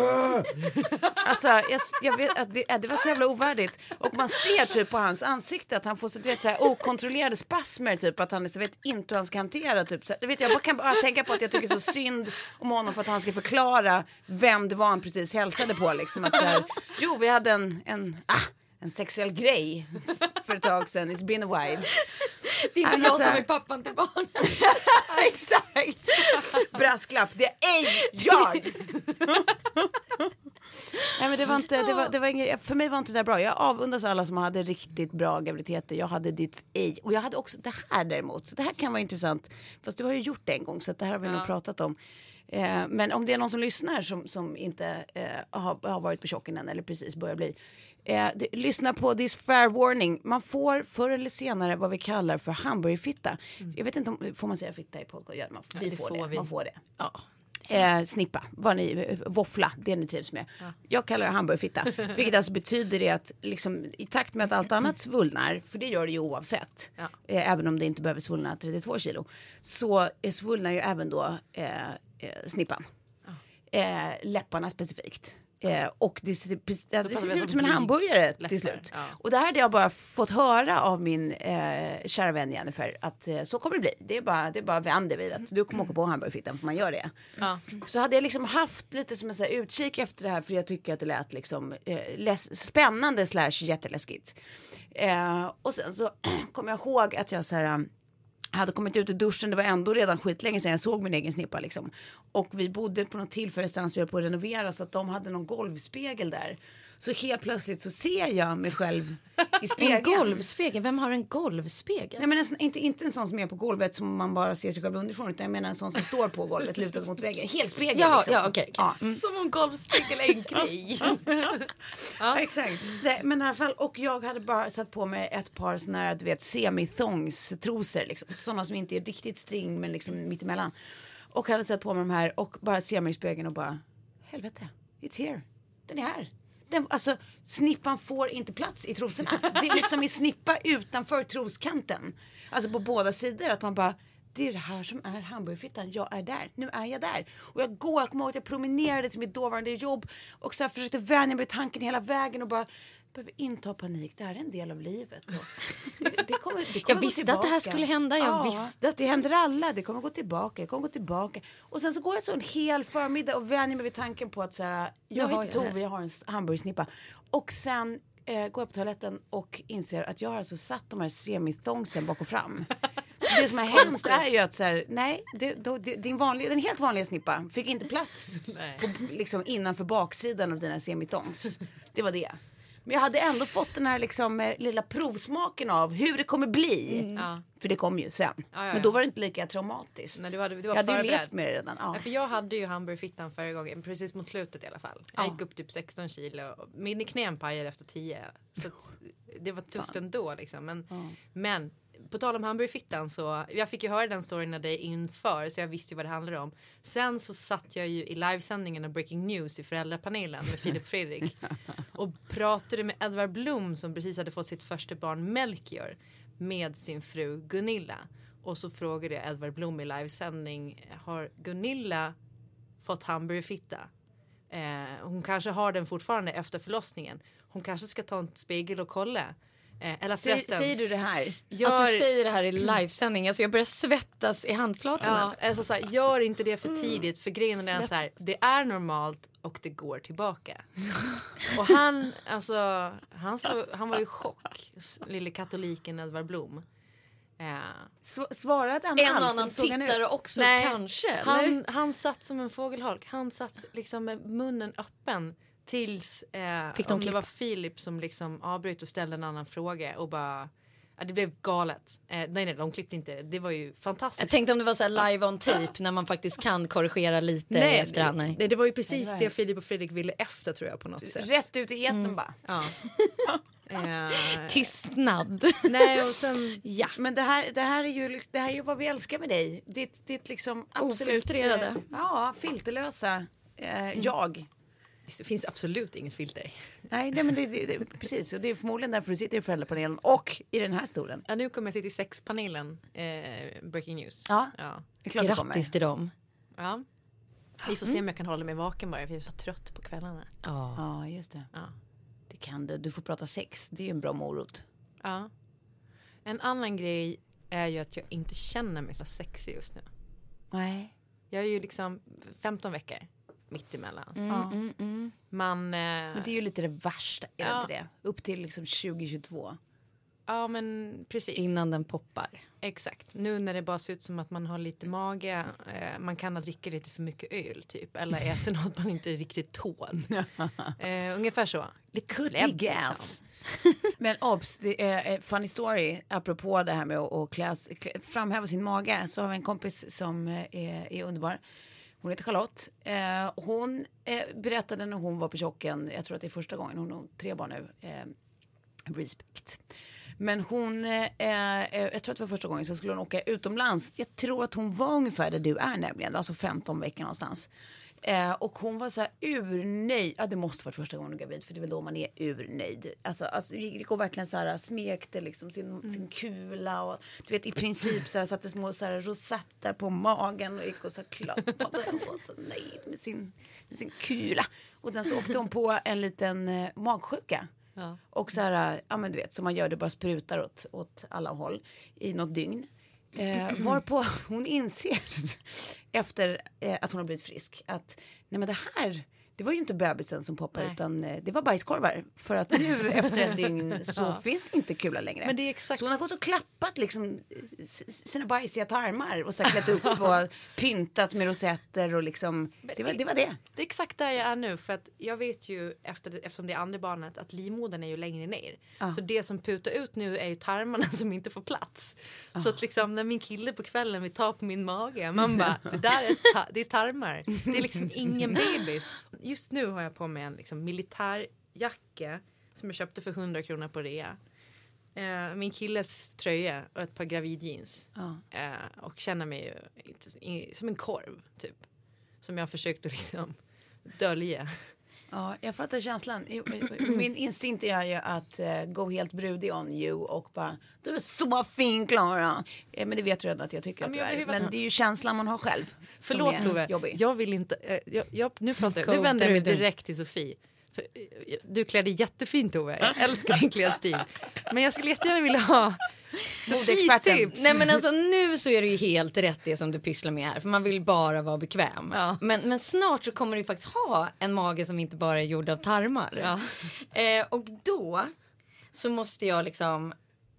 alltså jag, jag vet att det, det var så jävla ovärdigt. Och man ser typ på hans ansikte att han får så, du vet, så här okontrollerade spasmer typ, att han så vet inte hur han ska hantera typ så här, du vet, jag bara kan bara tänka på att jag tycker så synd om honom för att han ska förklara vem det var han precis hälsade på liksom, att så här, jo vi hade en en, ah, en sexuell grej för ett tag sedan. It's been a while. Det är inte alltså, jag som är pappan till barnen. Exakt. Brasklapp, det är ej jag. Nej, men det var inte, det var, det var inget, för mig var inte det där bra. Jag avundas alla som hade riktigt bra graviditeter. Jag hade ditt ej. Och jag hade också det här däremot. Så det här kan vara intressant. Fast du har ju gjort det en gång, så det här har vi ja. nog pratat om. Eh, men om det är någon som lyssnar som, som inte eh, har, har varit på chocken än eller precis börjar bli. Eh, det, lyssna på this fair warning. Man får förr eller senare vad vi kallar för hamburgerfitta. Mm. Jag vet inte om, får man säga fitta i podcast? Ja, man, vi ja, får, får det. Vi. Man får det. Ja. Eh, snippa, vad ni, våffla, det ni trivs med. Ja. Jag kallar det hamburgerfitta. Vilket alltså betyder det att liksom, i takt med att allt annat svullnar, för det gör det ju oavsett, ja. eh, även om det inte behöver svullna trettiotvå kilo, så eh, svullnar ju även då eh, eh, snippan. Ja. Eh, läpparna specifikt. Eh, och det, det, det, det ser ut som en hamburgare läppar. Till slut. Ja. Och det här hade jag bara fått höra av min eh, kära vän Jennifer, att eh, så kommer det bli. Det är bara, det är bara vänder vid att du kommer åka på hamburgerfittan för man gör det. Ja. Så hade jag liksom haft lite som en så här utkik efter det här, för jag tycker att det lät liksom eh, läs- spännande slash jätteläskigt. Eh, och sen så kom jag ihåg att jag så här... Jag hade kommit ut ur duschen, det var ändå redan skitlänge sedan jag såg min egen snippa liksom. Och vi bodde på något tillfälle stans vi höll på att renovera, så att de hade någon golvspegel där. Så helt plötsligt så ser jag mig själv i spegeln. En golvspegel? Vem har en golvspegel? Nej, men en, inte, inte en sån som är på golvet som man bara ser sig själv underifrån, utan jag menar en sån som står på golvet lutad mot väggen. Helspegel ja, liksom. Ja, okej. Okay, okay. Ja. Mm. Som om golvspegel är en grej. ja. ja, exakt. Nej, men i alla fall, och jag hade bara satt på mig ett par såna här, du vet, semi-thongs-trosor liksom. Sådana som inte är riktigt string, men liksom mittemellan. Och hade satt på mig de här och bara ser mig i spegeln och bara, helvete, it's here. Den är här. Den, alltså, snippan får inte plats i trosorna. Det är liksom en snippa utanför troskanten. Alltså på båda sidor. Att man bara, det är det här som är hamburgerfittan. Jag är där. Nu är jag där. Och jag går, jag kommer ihåg att jag promenerade till mitt dåvarande jobb. Och så här försökte vänja mig tanken hela vägen. Och bara, behöver inte ha panik. Det här är en del av livet. Och det, det kommer, det kommer jag visste att det här skulle hända. Jag ja, visste att det händer alla. Det kommer gå tillbaka. Jag kommer gå tillbaka. Och sen så går jag så en hel förmiddag och vänjer mig vid tanken på att så här, jag heter Tove, jag har en hamburgersnippa. Och sen eh, går jag på toaletten och inser att jag har alltså satt de här semi-thongsen bak och fram. Så det som har hänt är ju att så här, nej, det, då, det, din vanliga, den helt vanliga snippa fick inte plats på, liksom, innanför baksidan av dina semi-thongs. Det var det. Men jag hade ändå fått den här liksom, lilla provsmaken av hur det kommer bli. Mm. Ja. För det kom ju sen. Ja, ja, ja. Men då var det inte lika traumatiskt. Nej, du hade, du var jag hade ju levt med det redan. Ja. Ja, för jag hade ju hamburgerfittan förra gången, precis mot slutet i alla fall. Jag ja. gick upp typ sexton kilo. Min knän pajade efter tio. Så det var tufft Fan. ändå liksom. Men, ja. men på tal om hamburgerfittan, så jag fick ju höra den storyn när det inför, så jag visste ju vad det handlade om. Sen så satt jag ju i livesändningen av Breaking News i föräldrapanelen med Filip Fredrik och pratade med Edvard Blom som precis hade fått sitt första barn Melchior med sin fru Gunilla. Och så frågade jag Edvard Blom i livesändning, har Gunilla fått hamburgerfitta? Eh, hon kanske har den fortfarande efter förlossningen. Hon kanske ska ta en spegel och kolla. Eller Säg, säger du det här? Gör... Att du säger det här i livesändning. Alltså jag börjar svettas i handflatorna. Ja, alltså så här, gör inte det för tidigt. För grejen är så här, det är normalt och det går tillbaka. Och han, alltså, han, så, han var ju chock. Lille katoliken Edvard Blom. Eh, Svarade han en alls? En annan tittare också, Nej, kanske? Han, han satt som en fågelholk. Han satt liksom med munnen öppen. Tills eh, Fick de om klipp? Det var Filip som liksom avbröt och ställde en annan fråga och bara, ja, det blev galet. Eh, nej nej, de klippte inte. Det var ju fantastiskt. Jag tänkte om det var så här live on tape när man faktiskt kan korrigera lite nej, efterhand. Nej, det, det var ju precis det, det Filip och Fredrik ville efter, tror jag, på något sätt. Rätt ut i etern mm. bara. Ja. eh, Tystnad. Nej, och sen ja, men det här det här är ju det här är ju vad vi älskar med dig. Ditt ditt liksom absolut ofiltrerade. Ja, filterlösa eh, mm. jag. Det finns absolut inget filter. Nej, nej men det, det, det, precis. Och det är förmodligen därför du sitter i föräldrapanelen och i den här stolen. Ja, nu kommer jag sitta i sexpanelen. Eh, Breaking News. Ja, ja. Det är klart. Grattis till dem. Ja. Vi får se om jag kan hålla mig vaken bara. För jag är så trött på kvällarna. Ja, ja just det. Ja. Det kan du. Du får prata sex. Det är ju en bra morot. Ja. En annan grej är ju att jag inte känner mig så sexig just nu. Nej. Jag är ju liksom femton veckor. Mitt emellan. Mm, ja. mm, mm. Man, eh... Men det är ju lite det värsta, är det ja. inte det? Upp till liksom tjugo tjugotvå. Ja, men precis. Innan den poppar. Exakt. Nu när det bara ser ut som att man har lite mage, eh, man kan ha dricka lite för mycket öl typ. Eller äta något man inte riktigt tål. eh, ungefär så. Lite Cutty gas. Men obs, det är en funny story apropå det här med att, att kläs, klä, framhäva sin mage. Så har vi en kompis som är, är underbar. Hon heter Charlotte. Eh, hon eh, berättade när hon var på Tjocken, jag tror att det är första gången, hon har tre barn nu. Eh, respect. Men hon, eh, eh, jag tror att det var första gången, så skulle hon åka utomlands. Jag tror att hon var ungefär där du är nämligen, alltså femton veckor någonstans. Eh, och hon var så här urnöjd. Ja, det måste vara första gången hon är gravid, för det är väl då man är urnöjd. Alltså, alltså det går verkligen så här, smekte liksom sin, mm. sin kula och du vet i princip så här satte små så här rosetter på magen och gick och så klappade och var så nöjd med sin, med sin kula. Och sen så åkte hon på en liten eh, magsjuka. Ja. Och så här, ja men du vet, så man gör det, bara sprutar åt, åt alla håll i något dygn. Eh, varpå hon inser efter eh, att hon har blivit frisk att nej men det här, det var ju inte bebisen som poppade, nej. Utan eh, det var bajskorvar. För att nu efter ett dygn så ja. Finns det inte kula längre. Men det är exakt... Så hon har gått och klappat liksom sina bajsiga tarmar och så klätt upp och pyntat med rosetter och liksom, det var det. Var det. Det är exakt där jag är nu, för att jag vet ju efter, eftersom det är andra barnet att livmodern är ju längre ner. Ah. Så det som putar ut nu är ju tarmarna som inte får plats. Ah. Så att liksom när min kille på kvällen vill ta på min mage, man bara, det där är, ta- det är tarmar. Det är liksom ingen bebis. Just nu har jag på mig en liksom, militärjacka som jag köpte för hundra kronor på rea. Eh, min killes tröja och ett par gravidjeans. Oh. Eh, och känner mig ju inte, in, som en korv, typ. Som jag har försökt att liksom dölja. Ja, jag fattar känslan. Min instinkt är ju att uh, gå helt brudig on you och bara, du är så fin, Klara. Eh, men det vet du redan att jag tycker ja, att du är. Men det är ju känslan man har själv. Förlåt Tove, jobbig. Jag vill inte, uh, jag, jag, nu pratar jag, nu vänder jag mig direkt till Sofie. För, uh, du klädde jättefint, Tove. Jag älskar din klädstil. Men jag skulle jättegärna vilja ha modexperten. Nej men alltså nu så är det ju helt rätt det som du pysslar med här. För man vill bara vara bekväm. Ja. Men, men snart så kommer du faktiskt ha en mage som inte bara är gjord av tarmar. Ja. Eh, och då så måste jag liksom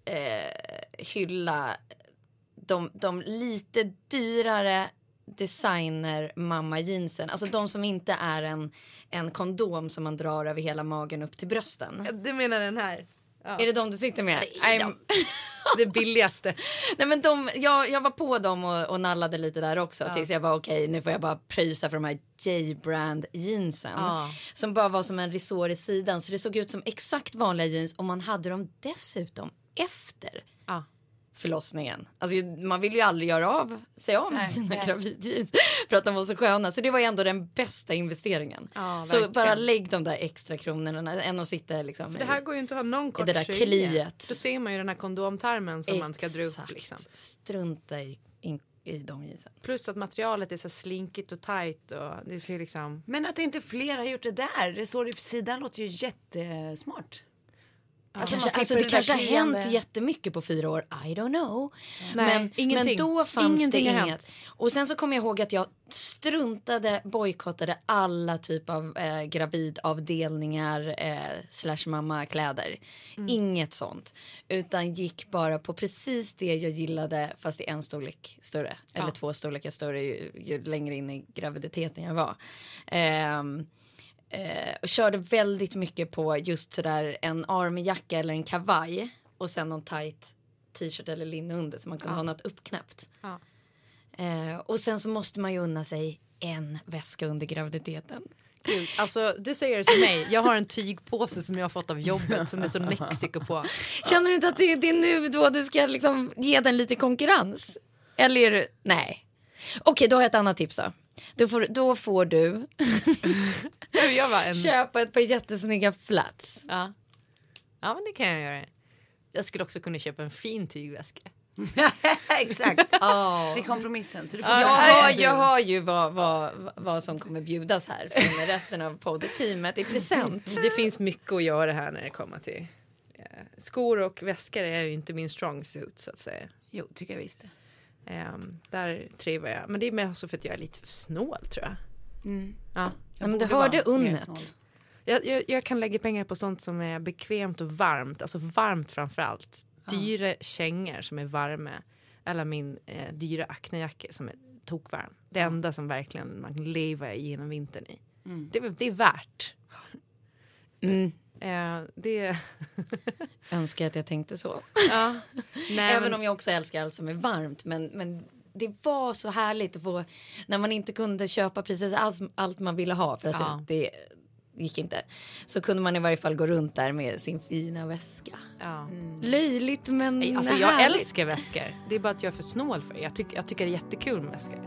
eh, hylla de, de lite dyrare designer mamma jeansen. Alltså de som inte är en, en kondom som man drar över hela magen upp till brösten. Du menar den här? Ja. Är det de du sitter med? I'm... det billigaste. Nej men de, jag, jag var på dem och, och nallade lite där också. Ja. Tills jag var okej, okay, nu får jag bara pröjsa för de här J-brand jeansen. Ja. Som bara var som en resår i sidan. Så det såg ut som exakt vanliga jeans. Och man hade dem dessutom efter ja. förlossningen. Alltså man vill ju aldrig göra av sig av med sina gravidjeans. För att de var så sköna. Så det var ju ändå den bästa investeringen. Ja, så bara lägg de där extra kronorna än att sitta liksom. För det här går ju inte att ha någon kort det där kliet. Då ser man ju den här kondomtarmen som exakt. Man ska dra upp liksom. Strunta i, in, i de jeansen. Plus att materialet är så slinkigt och tajt och det ser liksom. Men att inte fler har gjort det där. Det står i sidan låter ju jättesmart. Alltså, kanske, alltså det kanske har hänt jättemycket på fyra år. I don't know. Nej, men, men då fanns ingenting det inget. Och sen så kommer jag ihåg att jag struntade, bojkottade alla typer av eh, gravidavdelningar eh, slash mamma-kläder. Mm. Inget sånt. Utan gick bara på precis det jag gillade fast i en storlek större. Ja. Eller två storlekar större ju, ju längre in i graviditeten jag var. Ehm eh, Eh, och körde väldigt mycket på just sådär en armjacka eller en kavaj och sen någon tight t-shirt eller linne under så man kunde ja. ha något uppknäppt. Ja. Eh, och sen så måste man ju unna sig en väska under graviditeten. Gud, alltså det säger du till mig. Jag har en tygpåse som jag har fått av jobbet som är så Mexico på. Känner du inte att det, det är nu då du ska liksom ge den lite konkurrens? Eller är du, nej. Okej, då har jag ett annat tips då. Då får, då får du jag var en... köpa ett par jättesnygga flats. Ja. Ja, men det kan jag göra. Jag skulle också kunna köpa en fin tygväska. Exakt. Oh. Det är kompromissen. Så du får jag, har, jag har ju vad, vad, vad som kommer bjudas här från resten av poddteamet i present. Det finns mycket att göra här när det kommer till ja, skor och väskor är ju inte min strong suit så att säga. Jo, tycker jag visst. Um, där trivar jag. Men det är mer så för att jag är lite för snål, tror jag. Mm. Ja. Ja, men du hörde unnet. Jag, jag, jag kan lägga pengar på sånt som är bekvämt och varmt. Alltså varmt framförallt. dyra ja. kängor som är varma. Eller min eh, dyra aknejacka som är tokvarm. Det enda som verkligen man kan leva genom vintern i. Mm. Det, det är värt. Mm. Eh, det önskar att jag tänkte så. Ja. Nej, Även men... om jag också älskar allt som är varmt. Men, men det var så härligt att få, när man inte kunde köpa precis allt, allt man ville ha. För att ja. det, det gick inte. Så kunde man i varje fall gå runt där med sin fina väska. Ja. Mm. Löjligt men Nej, alltså, härligt. jag älskar väskor. Det är bara att jag är för snål för det. Jag, tyck, jag tycker det är jättekul med väskor.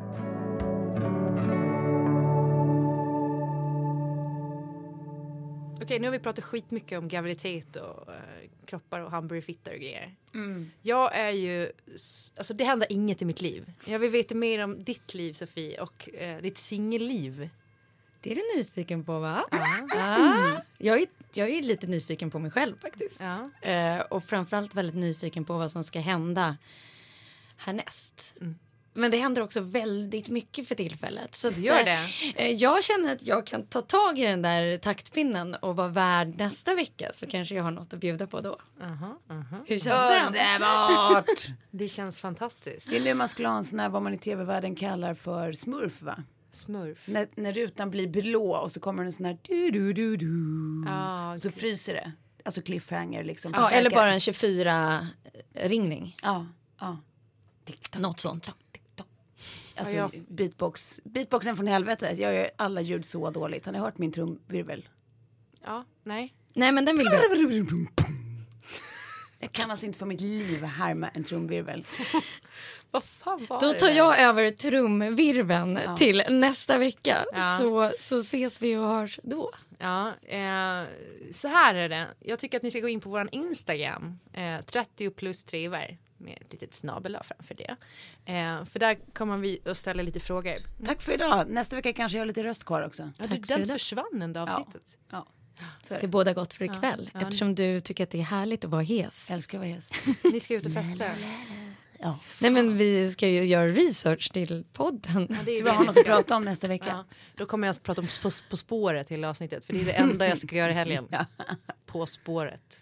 Okej, nu har vi pratat skitmycket om graviditet och uh, kroppar och hamburgerfittar och grejer. Mm. Jag är ju... Alltså det händer inget i mitt liv. Jag vill veta mer om ditt liv, Sofie, och uh, ditt singelliv. Det är du nyfiken på, va? Ja. Ah. Jag, är, jag är lite nyfiken på mig själv faktiskt. Ja. Uh, och framförallt väldigt nyfiken på vad som ska hända härnäst. Mm. Men det händer också väldigt mycket för tillfället. Så att, gör det. Eh, jag känner att jag kan ta tag i den där taktpinnen och vara värd nästa vecka. Så kanske jag har något att bjuda på då. Uh-huh, uh-huh. Hur känns det? Underbart! Det känns fantastiskt. Det är nu man skulle ha en sån här, vad man i tv-världen kallar för smurf, va? Smurf. När, när rutan blir blå och så kommer en sån här du du du du. Ah, okay. Så fryser det. Alltså cliffhanger liksom. Ja, eller bara en tjugofyra-ringning. Ja, ja. Något sånt. Alltså ja, beatbox, beatboxen från helvetet. Jag gör alla ljud så dåligt. Har ni hört min trumvirvel? Ja, nej. Nej, men den vill vi. Jag kan alltså inte för mitt liv härma en trumvirvel. Vad fan var Då det tar där? jag över trumvirveln Ja. till nästa vecka. Ja. Så, så ses vi och hörs då. Ja, eh, så här är det. Jag tycker att ni ska gå in på våran Instagram. Eh, trettio plus trevar. Med ett litet snabel framför det. Eh, för där kommer vi att ställa lite frågor. Tack för idag. Nästa vecka kanske jag har lite röst kvar också. Ja, Tack du, för den det. försvann under avsnittet. Ja. Så är Det det. är båda gott för ikväll. Ja. Ja. Eftersom du tycker att det är härligt att vara hes. Jag älskar att vara hes. Ni ska ut och festa. Ja. Nej, men vi ska ju göra research till podden. Ja, det är Så det vi har vi något att ska. prata om nästa vecka. Ja, då kommer jag att prata om på, på spåret hela avsnittet. För det är det enda jag ska göra i helgen. Ja. På spåret.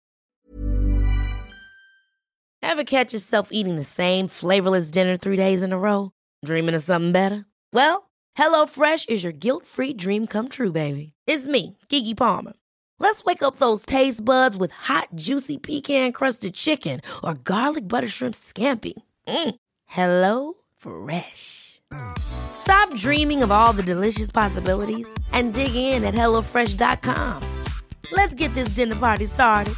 Ever catch yourself eating the same flavorless dinner three days in a row? Dreaming of something better? Well, HelloFresh is your guilt-free dream come true, baby. It's me, Keke Palmer. Let's wake up those taste buds with hot, juicy pecan-crusted chicken or garlic butter shrimp scampi. Mm. Hello Fresh. Stop dreaming of all the delicious possibilities and dig in at hello fresh dot com. Let's get this dinner party started.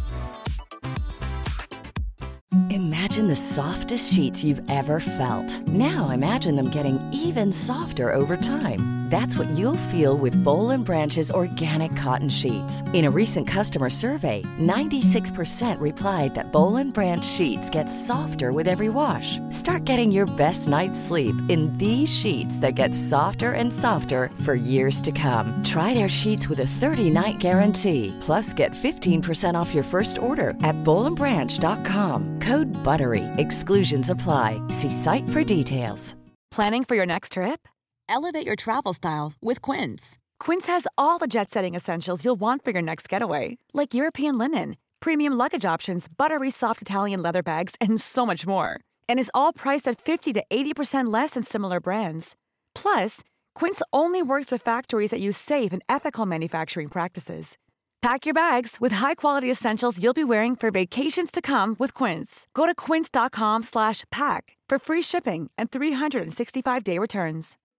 Imagine the softest sheets you've ever felt. Now imagine them getting even softer over time. That's what you'll feel with Boll and Branch's organic cotton sheets. In a recent customer survey, ninety-six percent replied that Boll and Branch sheets get softer with every wash. Start getting your best night's sleep in these sheets that get softer and softer for years to come. Try their sheets with a thirty-night guarantee. Plus, get fifteen percent off your first order at boll and branch dot com. Code BUTTERY. Exclusions apply. See site for details. Planning for your next trip? Elevate your travel style with Quince. Quince has all the jet-setting essentials you'll want for your next getaway, like European linen, premium luggage options, buttery soft Italian leather bags, and so much more. And is all priced at fifty to eighty percent less than similar brands. Plus, Quince only works with factories that use safe and ethical manufacturing practices. Pack your bags with high-quality essentials you'll be wearing for vacations to come with Quince. Go to quince dot com slash pack for free shipping and three sixty-five day returns.